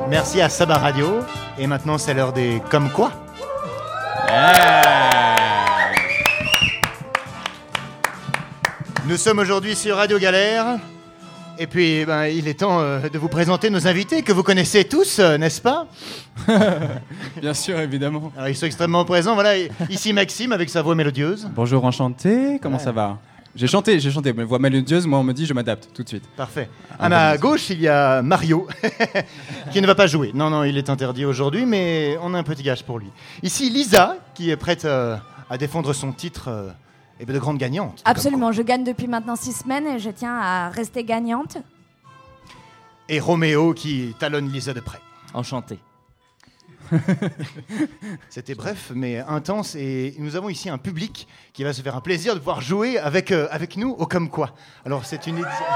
Merci à Saba Radio. Et maintenant, c'est l'heure des Comme quoi. Nous sommes aujourd'hui sur Radio Galère. Et puis, il est temps de vous présenter nos invités que vous connaissez tous, n'est-ce pas ? Bien sûr, évidemment. Alors, ils sont extrêmement présents. Voilà, ici Maxime avec sa voix mélodieuse. Bonjour, enchanté. Comment ça va ? J'ai chanté. Ma voix mélodieuse, moi, on me dit, je m'adapte tout de suite. Parfait. À ma gauche, il y a Mario, qui ne va pas jouer. Non, il est interdit aujourd'hui, mais on a un petit gage pour lui. Ici, Lisa, qui est prête à défendre son titre de grande gagnante. Absolument, je gagne depuis maintenant 6 semaines et je tiens à rester gagnante. Et Roméo, qui talonne Lisa de près. Enchanté. C'était bref, mais intense. Et nous avons ici un public qui va se faire un plaisir de pouvoir jouer avec nous au Comme quoi. Alors, c'est une édition...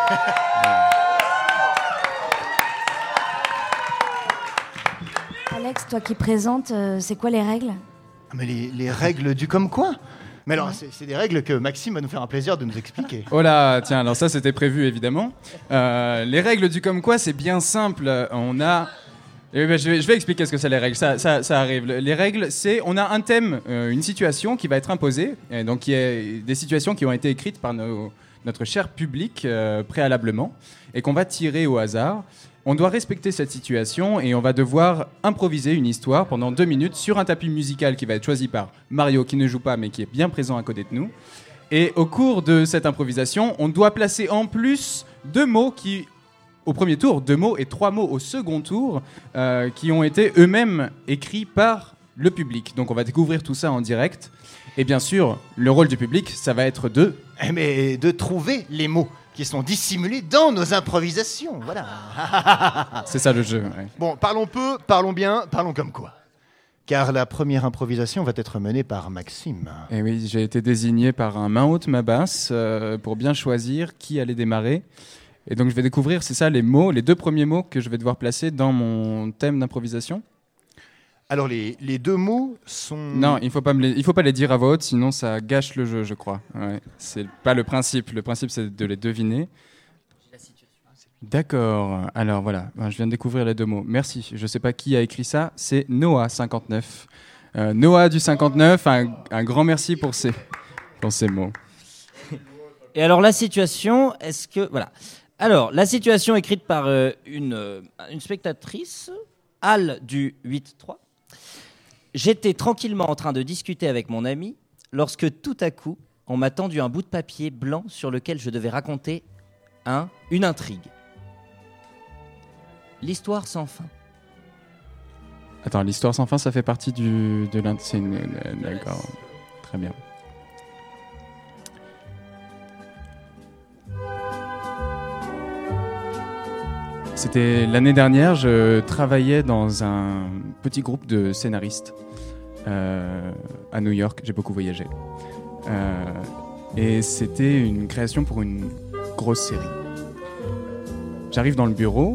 Alex, toi qui présentes, c'est quoi les règles ? Mais les règles du Comme quoi ? Mais alors, c'est des règles que Maxime va nous faire un plaisir de nous expliquer. Oh là, tiens, alors ça, c'était prévu, évidemment. Les règles du Comme quoi, c'est bien simple. On a... je vais expliquer ce que c'est les règles, ça arrive. Les règles, c'est on a un thème, une situation qui va être imposée, et donc qui est des situations qui ont été écrites par notre cher public préalablement, et qu'on va tirer au hasard. On doit respecter cette situation et on va devoir improviser une histoire pendant 2 minutes sur un tapis musical qui va être choisi par Mario, qui ne joue pas mais qui est bien présent à côté de nous. Et au cours de cette improvisation, on doit placer en plus 2 mots qui... Au premier tour, 2 mots et 3 mots au second tour qui ont été eux-mêmes écrits par le public. Donc on va découvrir tout ça en direct. Et bien sûr, le rôle du public, ça va être de trouver les mots qui sont dissimulés dans nos improvisations. Voilà. C'est ça le jeu. Ouais. Bon, parlons peu, parlons bien, parlons comme quoi. Car la première improvisation va être menée par Maxime. Et oui, j'ai été désigné par un main haute, main basse pour bien choisir qui allait démarrer. Et donc je vais découvrir, c'est ça, les 2 premiers mots que je vais devoir placer dans mon thème d'improvisation. Alors les 2 mots sont... Non, il faut pas les dire à voix haute, sinon ça gâche le jeu, je crois. Ouais, c'est pas le principe. Le principe, c'est de les deviner. D'accord. Alors voilà, je viens de découvrir les 2 mots. Merci. Je sais pas qui a écrit ça. C'est Noah 59. Noah du 59. Un grand merci pour ces mots. Et alors la situation, Alors, la situation écrite par une spectatrice, Al du 8-3. J'étais tranquillement en train de discuter avec mon ami lorsque tout à coup, on m'a tendu un bout de papier blanc sur lequel je devais raconter une intrigue. L'histoire sans fin. Attends, l'histoire sans fin, ça fait partie de l'intrigue. D'accord, très bien. C'était l'année dernière, je travaillais dans un petit groupe de scénaristes à New York. J'ai beaucoup voyagé. Et c'était une création pour une grosse série. J'arrive dans le bureau.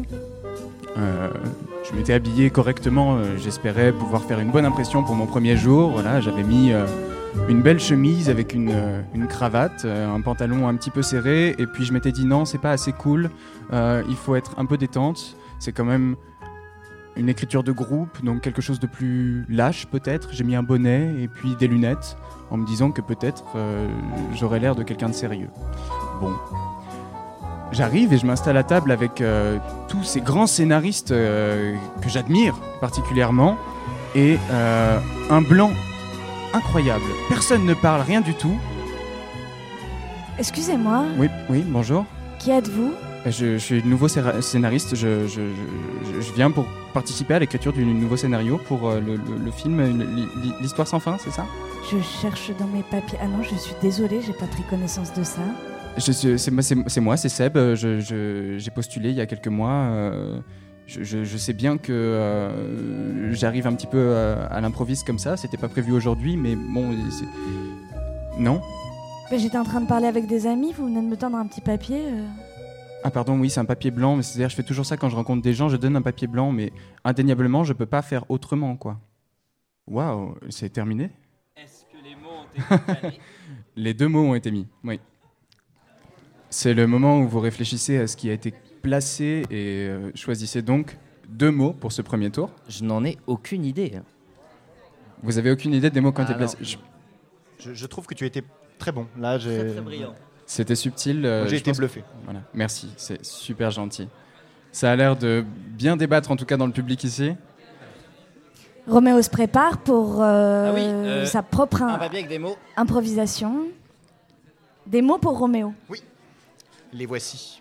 Je m'étais habillé correctement. J'espérais pouvoir faire une bonne impression pour mon premier jour. Voilà, j'avais mis une belle chemise avec une cravate, un pantalon un petit peu serré, et puis je m'étais dit non, c'est pas assez cool, il faut être un peu détente, c'est quand même une écriture de groupe, donc quelque chose de plus lâche peut-être. J'ai mis un bonnet et puis des lunettes en me disant que peut-être j'aurais l'air de quelqu'un de sérieux. Bon, j'arrive et je m'installe à table avec tous ces grands scénaristes que j'admire particulièrement, et un blanc incroyable. Personne ne parle, rien du tout. Excusez-moi. Oui, bonjour. Qui êtes-vous ? Je suis nouveau scénariste. Je viens pour participer à l'écriture du nouveau scénario pour le film L'Histoire sans fin, c'est ça ? Je cherche dans mes papiers. Ah non, je suis désolée, j'ai pas pris connaissance de ça. C'est moi, c'est Seb. J'ai postulé il y a quelques mois. Je sais bien que j'arrive un petit peu à l'improviste comme ça. C'était pas prévu aujourd'hui, mais bon, non. Mais j'étais en train de parler avec des amis. Vous venez de me tendre un petit papier. Ah pardon, oui, c'est un papier blanc. Mais c'est-à-dire, je fais toujours ça quand je rencontre des gens. Je donne un papier blanc, mais indéniablement, je peux pas faire autrement, quoi. Waouh, c'est terminé ? Est-ce que les mots ont été calés ? Les 2 mots ont été mis, oui. C'est le moment où vous réfléchissez à ce qui a été placé et choisissez donc 2 mots pour ce premier tour. Je n'en ai aucune idée. Vous avez aucune idée des mots qui ont été placés? Je trouve que tu étais très bon. Là, Très très brillant. C'était subtil. j'ai je été pense- bluffé. Voilà, merci, c'est super gentil. Ça a l'air de bien débattre, en tout cas dans le public ici. Roméo se prépare pour oui, sa propre Un papier avec des mots. improvisation. Des mots pour Roméo. Les voici.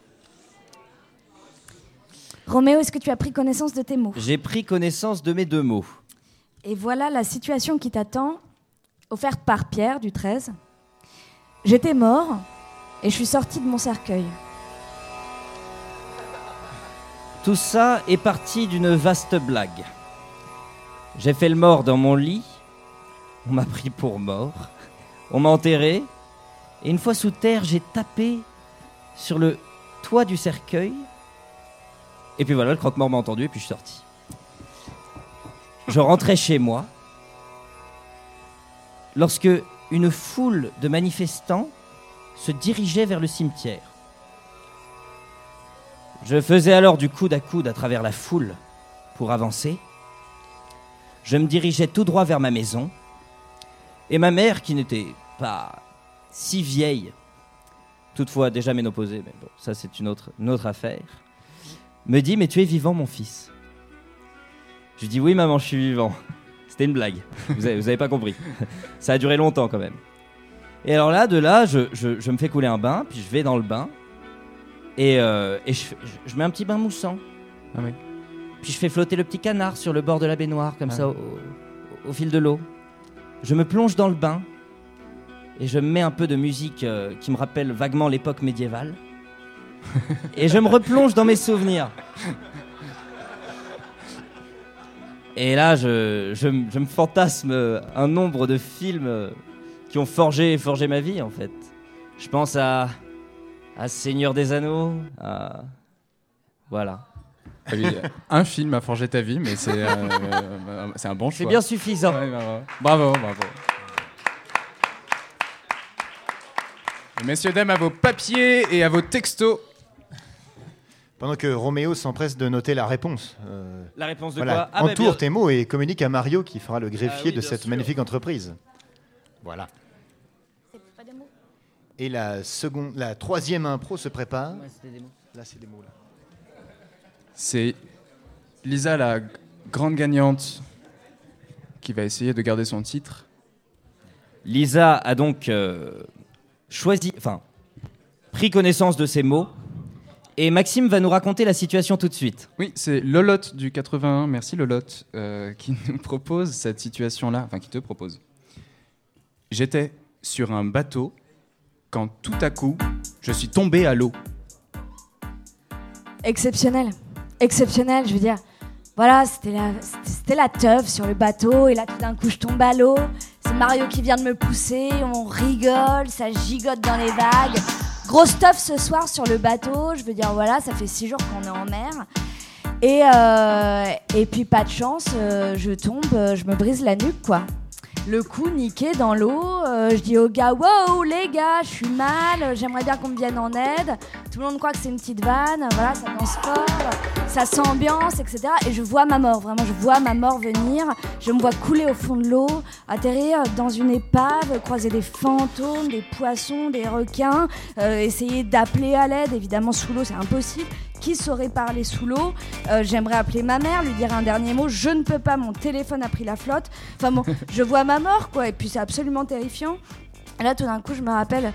Roméo, est-ce que tu as pris connaissance de tes mots? J'ai pris connaissance de mes 2 mots. Et voilà la situation qui t'attend, offerte par Pierre du 13. J'étais mort et je suis sorti de mon cercueil. Tout ça est parti d'une vaste blague. J'ai fait le mort dans mon lit, on m'a pris pour mort, on m'a enterré, et une fois sous terre, j'ai tapé sur le toit du cercueil, et puis voilà, le croque-mort m'a entendu, et puis je suis sorti. Je rentrais chez moi, lorsque une foule de manifestants se dirigeait vers le cimetière. Je faisais alors du coude à travers la foule pour avancer. Je me dirigeais tout droit vers ma maison. Et ma mère, qui n'était pas si vieille, toutefois déjà ménopausée, mais bon, ça c'est une autre affaire, me dit « Mais tu es vivant, mon fils ?» Je lui dis « Oui, maman, je suis vivant. » C'était une blague, vous avez pas compris. Ça a duré longtemps quand même. Et alors là, je me fais couler un bain, puis je vais dans le bain, et je mets un petit bain moussant. Ah oui. Puis je fais flotter le petit canard sur le bord de la baignoire, comme ça, au fil de l'eau. Je me plonge dans le bain, et je mets un peu de musique qui me rappelle vaguement l'époque médiévale. Et je me replonge dans mes souvenirs. Et là, je me fantasme un nombre de films qui ont forgé ma vie, en fait. Je pense à Seigneur des Anneaux, voilà. Un film a forgé ta vie, mais c'est un bon choix. C'est bien suffisant. Ouais, bravo. Et messieurs, dames, à vos papiers et à vos textos. Pendant que Roméo s'empresse de noter la réponse. La réponse de Voilà. quoi? Entoure tes mots et communique à Mario qui fera le greffier de bien cette sûr. magnifique entreprise. Voilà. Et la troisième impro se prépare. Là, c'est des mots. Là. C'est Lisa, la grande gagnante, qui va essayer de garder son titre. Lisa a donc pris connaissance de ces mots. Et Maxime va nous raconter la situation tout de suite. Oui, c'est Lolotte du 81, merci Lolotte, qui nous propose cette situation-là, enfin qui te propose. J'étais sur un bateau quand tout à coup, je suis tombé à l'eau. Exceptionnel, je veux dire. Voilà, c'était la teuf sur le bateau, et là tout d'un coup je tombe à l'eau. C'est Mario qui vient de me pousser, on rigole, ça gigote dans les vagues. Grosse teuf ce soir sur le bateau, je veux dire voilà, ça fait 6 jours qu'on est en mer. Et puis pas de chance, je tombe, je me brise la nuque quoi. Le cou niqué dans l'eau, je dis aux gars, wow les gars, je suis mal, j'aimerais bien qu'on me vienne en aide. Tout le monde croit que c'est une petite vanne, voilà, ça danse fort, ça s'ambiance, etc. Et je vois ma mort, vraiment, je vois ma mort venir. Je me vois couler au fond de l'eau, atterrir dans une épave, croiser des fantômes, des poissons, des requins, essayer d'appeler à l'aide, évidemment sous l'eau c'est impossible. Qui saurait parler sous l'eau? J'aimerais appeler ma mère, lui dire un dernier mot. Je ne peux pas, mon téléphone a pris la flotte. Enfin bon, je vois ma mort, quoi. Et puis c'est absolument terrifiant. Et là, tout d'un coup, je me rappelle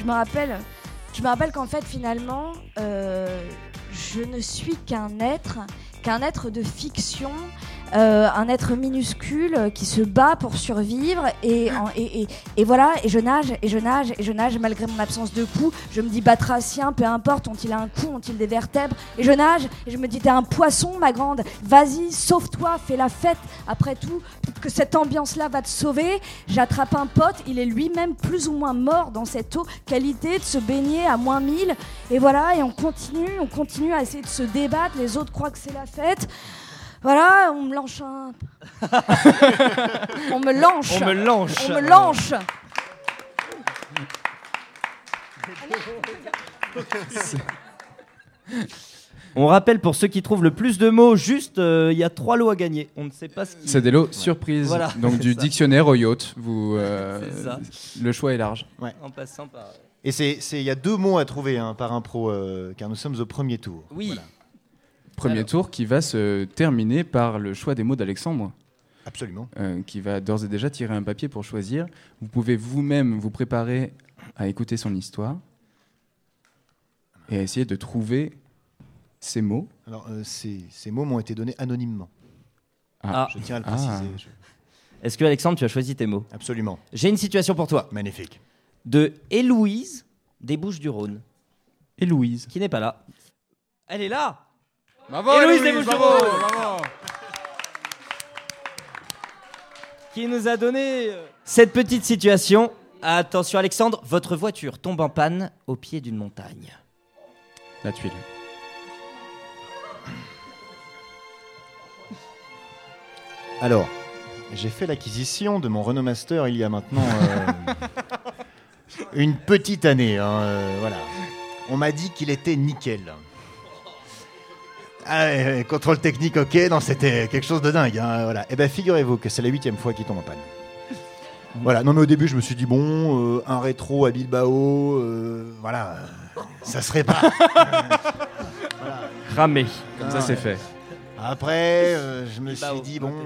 qu'en fait, finalement, je ne suis qu'un être de fiction. Un être minuscule qui se bat pour survivre et voilà, et je nage malgré mon absence de cou. Je me dis batracien, peu importe, ont-ils un cou, ont-ils des vertèbres, et je nage et je me dis t'es un poisson ma grande, vas-y sauve-toi, fais la fête, après tout que cette ambiance là va te sauver. J'attrape un pote, il est lui-même plus ou moins mort dans cette eau, qualité de se baigner à -1000, et voilà, et on continue à essayer de se débattre, les autres croient que c'est la fête. Voilà, on me lance un... On me lance. On rappelle pour ceux qui trouvent le plus de mots, juste, il y a 3 lots à gagner. On ne sait pas ce qui... C'est des lots surprises. Voilà, Donc c'est du ça. dictionnaire au yacht. C'est ça. Le choix est large. En passant par... Et il y a 2 mots à trouver par impro, car nous sommes au premier tour. Oui. Voilà. Premier tour qui va se terminer par le choix des mots d'Alexandre, Absolument. qui va d'ores et déjà tirer un papier pour choisir. Vous pouvez vous-même vous préparer à écouter son histoire et à essayer de trouver ces mots. Alors, ces mots m'ont été donnés anonymement. Ah. Je tiens à le préciser. Est-ce que, Alexandre, tu as choisi tes mots? Absolument. J'ai une situation pour toi. Magnifique. De Héloïse des Bouches-du-Rhône, Héloïse. qui n'est pas là. Elle est là. Bravo Héloïse des Bouches-du-Rhône. bravo. Qui nous a donné cette petite situation. Attention Alexandre, votre voiture tombe en panne au pied d'une montagne. La tuile. Alors, j'ai fait l'acquisition de mon Renault Master il y a maintenant une petite année. Voilà. On m'a dit qu'il était nickel. Contrôle technique, ok, non, c'était quelque chose de dingue. Voilà. Et ben, figurez-vous que c'est la 8e fois qu'il tombe en panne. Voilà. Non, mais au début, je me suis dit bon, un rétro à Bilbao, voilà, ça serait pas. Cramé. Comme ça, c'est fait. Après, je me suis dit bon,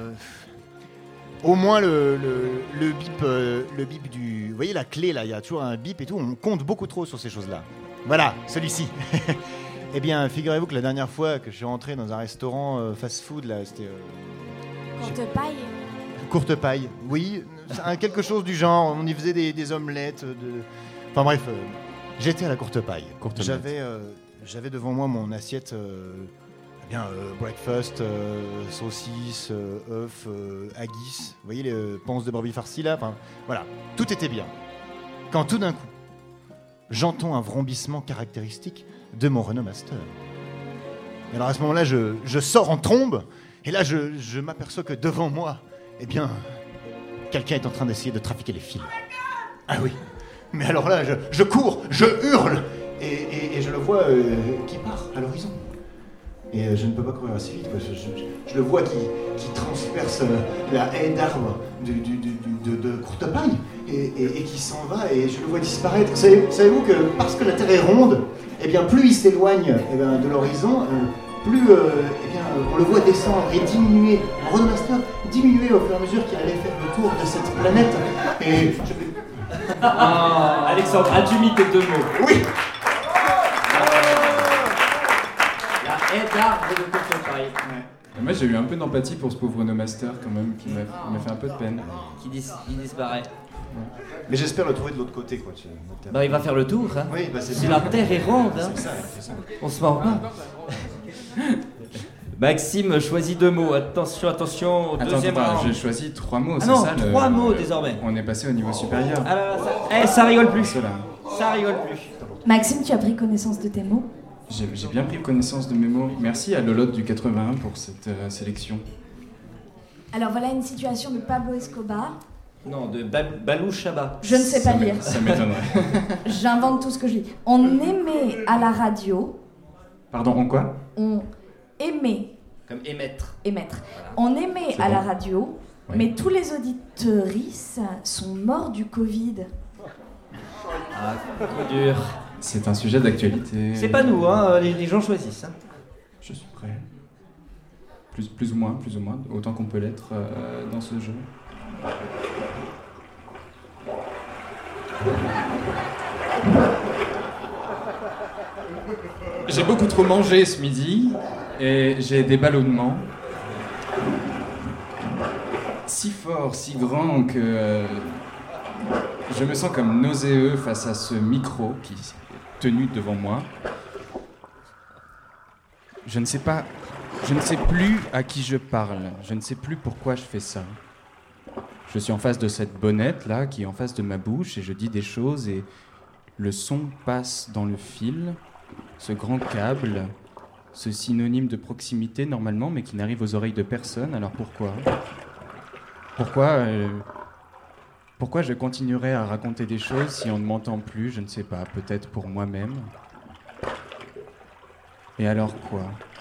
au moins le bip du, vous voyez la clé là, il y a toujours un bip et tout. On compte beaucoup trop sur ces choses-là. Voilà, celui-ci. Eh bien, figurez-vous que la dernière fois que je suis rentré dans un restaurant fast-food là, c'était Courte paille. Courte paille. Oui, quelque chose du genre. On y faisait des omelettes. Enfin bref, j'étais à la courte paille. J'avais devant moi mon assiette. Breakfast, saucisse, œuf, haggis, vous voyez les panses de brebis farcies là, enfin voilà, tout était bien. Quand tout d'un coup, j'entends un vrombissement caractéristique de mon Renault Master. Et alors à ce moment-là, je sors en trombe, et là je m'aperçois que devant moi, eh bien, quelqu'un est en train d'essayer de trafiquer les fils. Ah oui, mais alors là, je cours, je hurle, et je le vois qui part à l'horizon. Et je ne peux pas courir assez vite, quoi. Je le vois qui transperce la haie d'arbres de courte paille et qui s'en va, et je le vois disparaître. Savez-vous que parce que la Terre est ronde, eh bien, plus il s'éloigne de l'horizon, plus on le voit descendre et diminuer. Mon Renault Master diminuer au fur et à mesure qu'il allait faire le tour de cette planète. Et Alexandre, as-tu mis tes 2 mots? oui. La haie d'arbre de courte paille. Moi, j'ai eu un peu d'empathie pour ce pauvre Renault Master quand même, qui m'a fait un peu de peine. Il disparaît. Mais j'espère le trouver de l'autre côté, quoi. Bah, il va faire le tour. Hein. Oui, bah, c'est Si bien. la terre est ronde, hein. C'est ça. On se ment pas. Maxime choisit 2 mots. Attention au deuxième Attends, round. j'ai choisi 3 mots, Ah c'est non, ça 3 mots désormais. On est passé au niveau supérieur. Ah là là, ça rigole plus. Cela. Ça rigole plus. Maxime, tu as pris connaissance de tes mots? J'ai bien pris connaissance de mes mots. Merci à Lolotte du 81 pour cette sélection. Alors voilà une situation de Pablo Escobar. Non, de Balou Chabat. Je ne sais pas lire. Ça m'étonnerait. J'invente tout ce que je dis. On aimait à la radio. Pardon, on quoi? On aimait. Comme émettre. Émettre. On aimait C'est à la bon. radio, Oui. mais tous les auditeuristes sont morts du Covid. Ah, coup dur. C'est un sujet d'actualité. C'est pas nous, hein. Les gens choisissent. Hein. Je suis prêt. Plus ou moins, autant qu'on peut l'être dans ce jeu. J'ai beaucoup trop mangé ce midi et j'ai des ballonnements si forts, si grands que je me sens comme nauséeux face à ce micro qui est tenu devant moi. Je ne sais plus à qui je parle. Je ne sais plus pourquoi je fais ça. Je suis en face de cette bonnette là qui est en face de ma bouche et je dis des choses et le son passe dans le fil, ce grand câble, ce synonyme de proximité normalement mais qui n'arrive aux oreilles de personne. Alors pourquoi je continuerai à raconter des choses si on ne m'entend plus? Je ne sais pas, peut-être pour moi-même. Et alors quoi?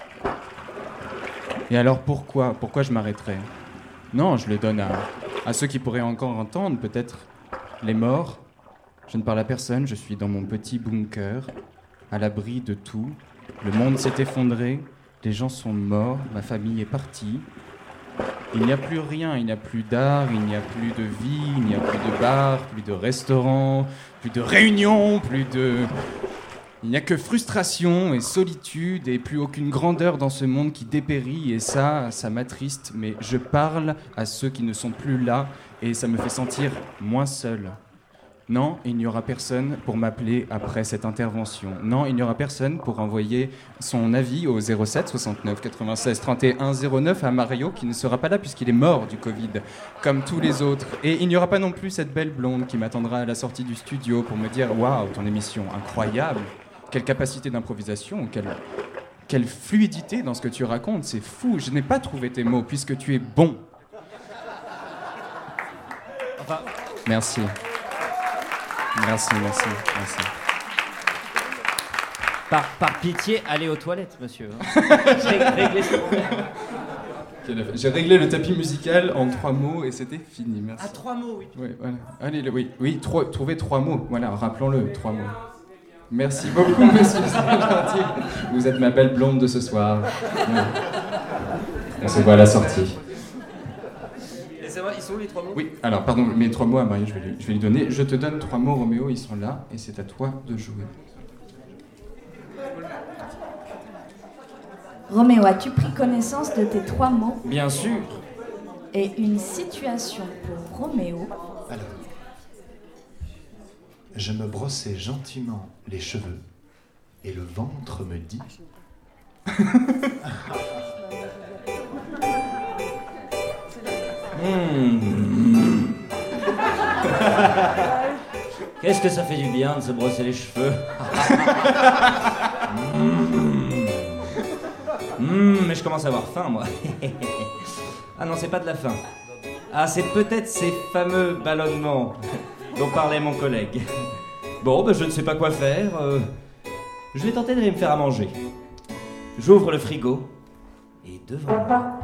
Et alors pourquoi je m'arrêterais? Non, je le donne à ceux qui pourraient encore entendre, peut-être les morts. Je ne parle à personne, je suis dans mon petit bunker, à l'abri de tout. Le monde s'est effondré, les gens sont morts, ma famille est partie. Il n'y a plus rien, il n'y a plus d'art, il n'y a plus de vie, il n'y a plus de bars, plus de restaurants, plus de réunions, Il n'y a que frustration et solitude et plus aucune grandeur dans ce monde qui dépérit et ça m'attriste. Mais je parle à ceux qui ne sont plus là et ça me fait sentir moins seul. Non, il n'y aura personne pour m'appeler après cette intervention. Non, il n'y aura personne pour envoyer son avis au 07 69 96 31 09 à Mario qui ne sera pas là puisqu'il est mort du Covid, comme tous les autres. Et il n'y aura pas non plus cette belle blonde qui m'attendra à la sortie du studio pour me dire « Waouh, ton émission, incroyable ! Quelle capacité d'improvisation, quelle fluidité dans ce que tu racontes, c'est fou, je n'ai pas trouvé tes mots puisque tu es bon. » Enfin... Merci. Merci. Par pitié, allez aux toilettes, monsieur. Réglez ce problème. J'ai réglé le tapis musical en 3 mots et c'était fini, merci. À 3 mots, oui. Oui, voilà. Allez, oui, trouvez 3 mots. Voilà, rappelons-le, 3 mots. Merci beaucoup, monsieur, c'est gentil. Vous êtes ma belle blonde de ce soir. On se voit à la sortie. Et c'est vrai, ils sont où les 3 mots? Oui, alors, pardon, mes 3 mots à Mario, je vais lui donner. Je te donne 3 mots, Roméo, ils sont là, et c'est à toi de jouer. Roméo, as-tu pris connaissance de tes 3 mots? Bien sûr. Et une situation pour Roméo. Alors, je me brossais gentiment les cheveux et le ventre me dit... Qu'est-ce que ça fait du bien de se brosser les cheveux. Mais je commence à avoir faim, moi. Ah non, c'est pas de la faim. Ah, c'est peut-être ces fameux ballonnements dont parlait mon collègue. Bon, je ne sais pas quoi faire. Je vais tenter d'aller me faire à manger. J'ouvre le frigo et devant moi,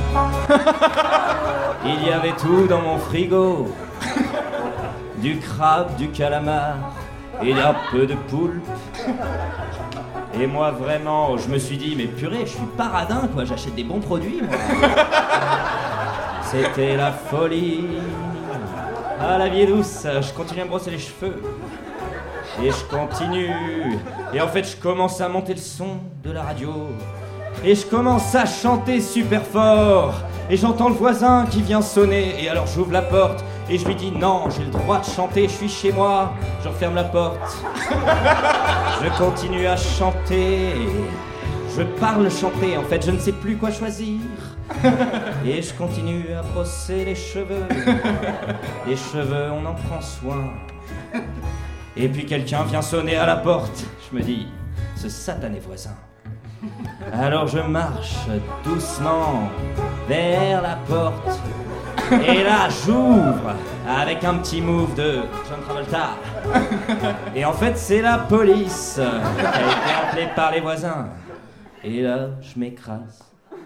il y avait tout dans mon frigo. Du crabe, du calamar et un peu de poulpe. Et moi, vraiment, je me suis dit, mais purée, je suis paradin, quoi, j'achète des bons produits, moi. C'était la folie. Ah, la vie est douce, je continue à me brosser les cheveux. Et je continue. Et en fait, je commence à monter le son de la radio. Et je commence à chanter super fort. Et j'entends le voisin qui vient sonner. Et alors j'ouvre la porte et je lui dis non, j'ai le droit de chanter, je suis chez moi. Je referme la porte. Je continue à chanter. Je parle chanter, en fait, je ne sais plus quoi choisir. Et je continue à brosser les cheveux. Les cheveux, on en prend soin. Et puis quelqu'un vient sonner à la porte. Je me dis, ce satané voisin. Alors je marche doucement vers la porte. Et là, j'ouvre avec un petit move de John Travolta. Et en fait, c'est la police qui a été appelée par les voisins. Et là, je m'écrase.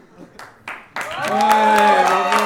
Ouais, bravo.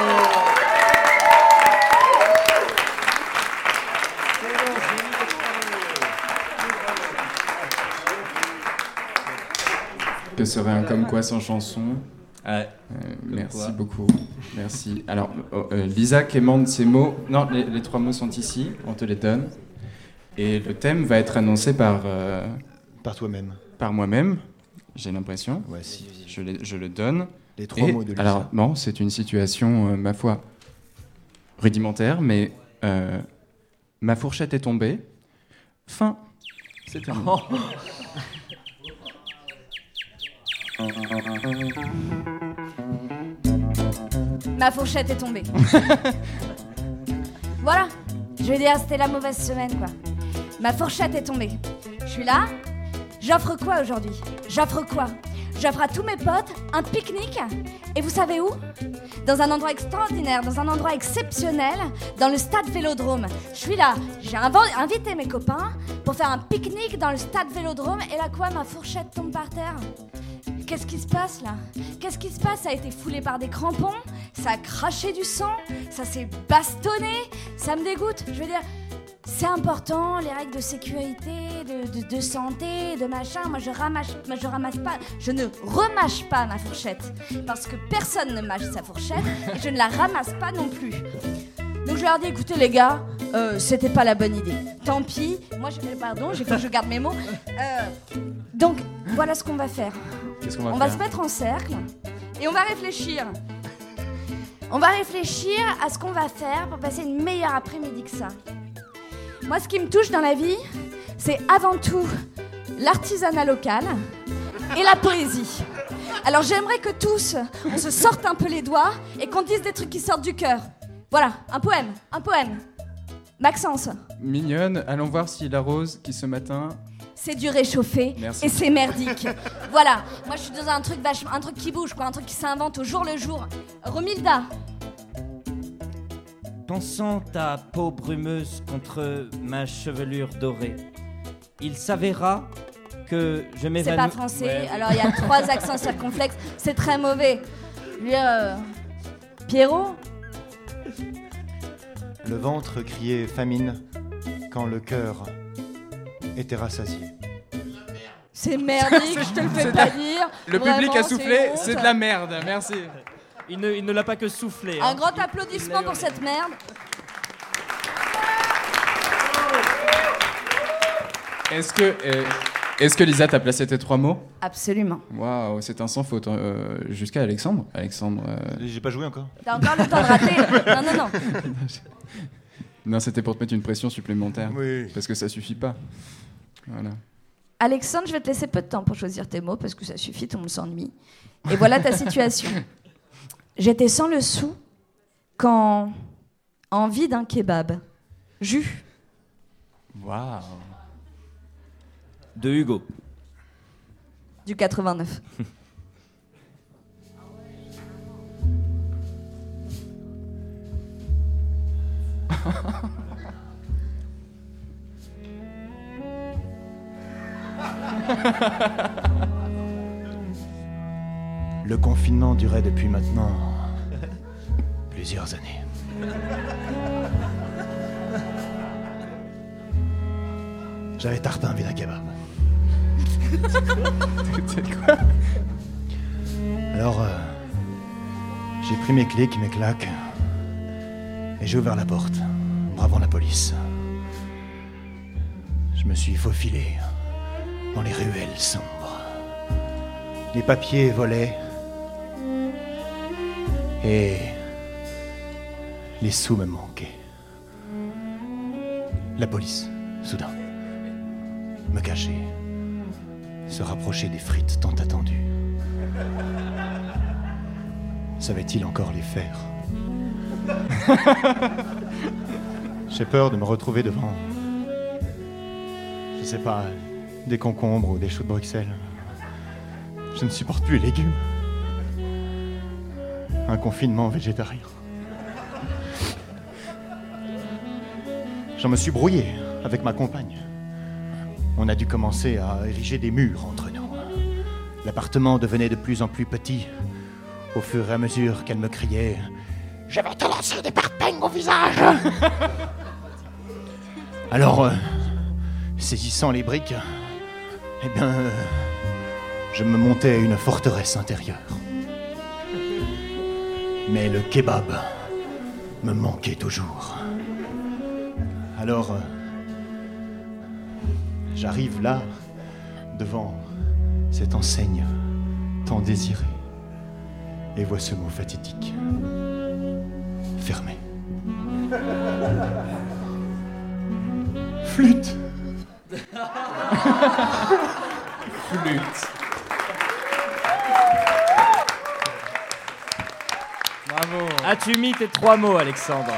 Que serait un comme quoi sans chanson? Merci beaucoup. Merci. Alors, Lisa quémande ces mots. Non, les 3 mots sont ici. On te les donne. Et le thème va être annoncé par... Par toi-même. Par moi-même, j'ai l'impression. Ouais, si. Je le donne. Les 3 mots de Lisa. Alors, bon, c'est une situation, ma foi, rudimentaire, mais ma fourchette est tombée. Fin. C'est terminé. Oh. Ma fourchette est tombée. Voilà, je vais dire c'était la mauvaise semaine, quoi. Ma fourchette est tombée. Je suis là. J'offre quoi aujourd'hui? J'offre quoi? J'offre à tous mes potes un pique-nique. Et vous savez où? Dans un endroit extraordinaire, dans un endroit exceptionnel, dans le stade Vélodrome. Je suis là, j'ai invité mes copains pour faire un pique-nique dans le stade Vélodrome. Et là quoi, ma fourchette tombe par terre. qu'est-ce qui se passe là? Qu'est-ce qui se passe? Ça a été foulé par des crampons, ça a craché du sang, ça s'est bastonné, ça me dégoûte. Je veux dire, c'est important, les règles de sécurité, de santé, de machin. Moi, je ne remâche pas ma fourchette. Parce que personne ne mâche sa fourchette et je ne la ramasse pas non plus. Donc je leur dis, écoutez les gars, c'était pas la bonne idée. Tant pis, moi j'ai fait que je garde mes mots. Donc voilà ce qu'on va faire. Qu'est-ce qu'on va On faire? va se mettre en cercle et on va réfléchir. On va réfléchir à ce qu'on va faire pour passer une meilleure après-midi que ça. Moi, ce qui me touche dans la vie, c'est avant tout l'artisanat local et la poésie. Alors j'aimerais que tous, on se sorte un peu les doigts et qu'on dise des trucs qui sortent du cœur. Voilà, un poème. Maxence. Mignonne, allons voir si la rose qui ce matin... C'est du réchauffé. Merci. Et c'est merdique. Voilà, moi je suis dans un truc vachement, un truc qui bouge, quoi, un truc qui s'invente au jour le jour. Romilda. Pensant ta peau brumeuse contre ma chevelure dorée, il s'avéra que je m'évanouis... C'est pas français, Ouais. alors il y a 3 accents circonflexes, c'est très mauvais. Pierrot. Le ventre criait famine quand le cœur était rassasié. C'est merdique, je te le fais pas dire. Le Vraiment, public a soufflé, honte. c'est de la merde, merci. Il ne l'a pas que soufflé. Un hein. grand applaudissement pour cette merde. Est-ce que Lisa t'a placé tes 3 mots? Absolument. Waouh, c'est un sans faute. Jusqu'à Alexandre. J'ai pas joué encore. T'as encore le temps de rater. Non. Non, c'était pour te mettre une pression supplémentaire. Oui. Parce que ça suffit pas. Voilà. Alexandre, je vais te laisser peu de temps pour choisir tes mots parce que ça suffit, tout le monde s'ennuie. Et voilà ta situation. J'étais sans le sou quand envie d'un kebab. Jus. Waouh. De Hugo. Du 89. Le confinement durait depuis maintenant plusieurs années. J'avais tarpin envie d'un kebab. C'est quoi? Alors, j'ai pris mes clics, mes claques, et j'ai ouvert la porte, bravant la police. Je me suis faufilé dans les ruelles sombres. Les papiers volaient, et les sous me manquaient. La police, soudain, me cachait, se rapprochait des frites tant attendues. Savait-il encore les faire? J'ai peur de me retrouver devant, je sais pas, des concombres ou des choux de Bruxelles. Je ne supporte plus les légumes. Un confinement végétarien. J'en me suis brouillé avec ma compagne. On a dû commencer à ériger des murs entre nous. L'appartement devenait de plus en plus petit au fur et à mesure qu'elle me criait « Je vais te lancer des parpaings au visage !» Alors, saisissant les briques, eh bien, je me montais à une forteresse intérieure. Mais le kebab me manquait toujours. Alors, j'arrive là, devant cette enseigne tant désirée, et vois ce mot fatidique. Fermé. Flûte. Flûte. Bravo. As-tu mis tes 3 mots, Alexandre?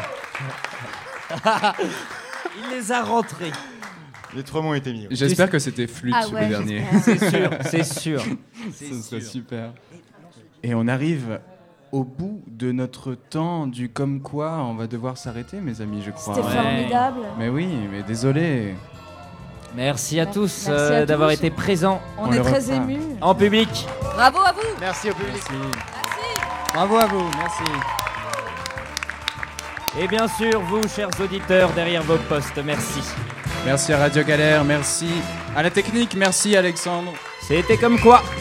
Il les a rentrés. Les 3 mots étaient mis. Oui. J'espère que c'était flûte Ah ouais, le dernier. j'espère. C'est sûr. Ce serait super. Et on arrive au bout de notre temps du comme quoi on va devoir s'arrêter, mes amis, je crois. C'était Ouais. formidable. Mais oui, mais désolé. Merci à tous Merci à d'avoir tous. été présents On On est le très refera. émus. en public. Bravo à vous. Merci au public. Bravo à vous, merci. Et bien sûr, vous, chers auditeurs, derrière vos postes, merci. Merci à Radio Galère, merci à la technique, merci Alexandre. C'était comme quoi.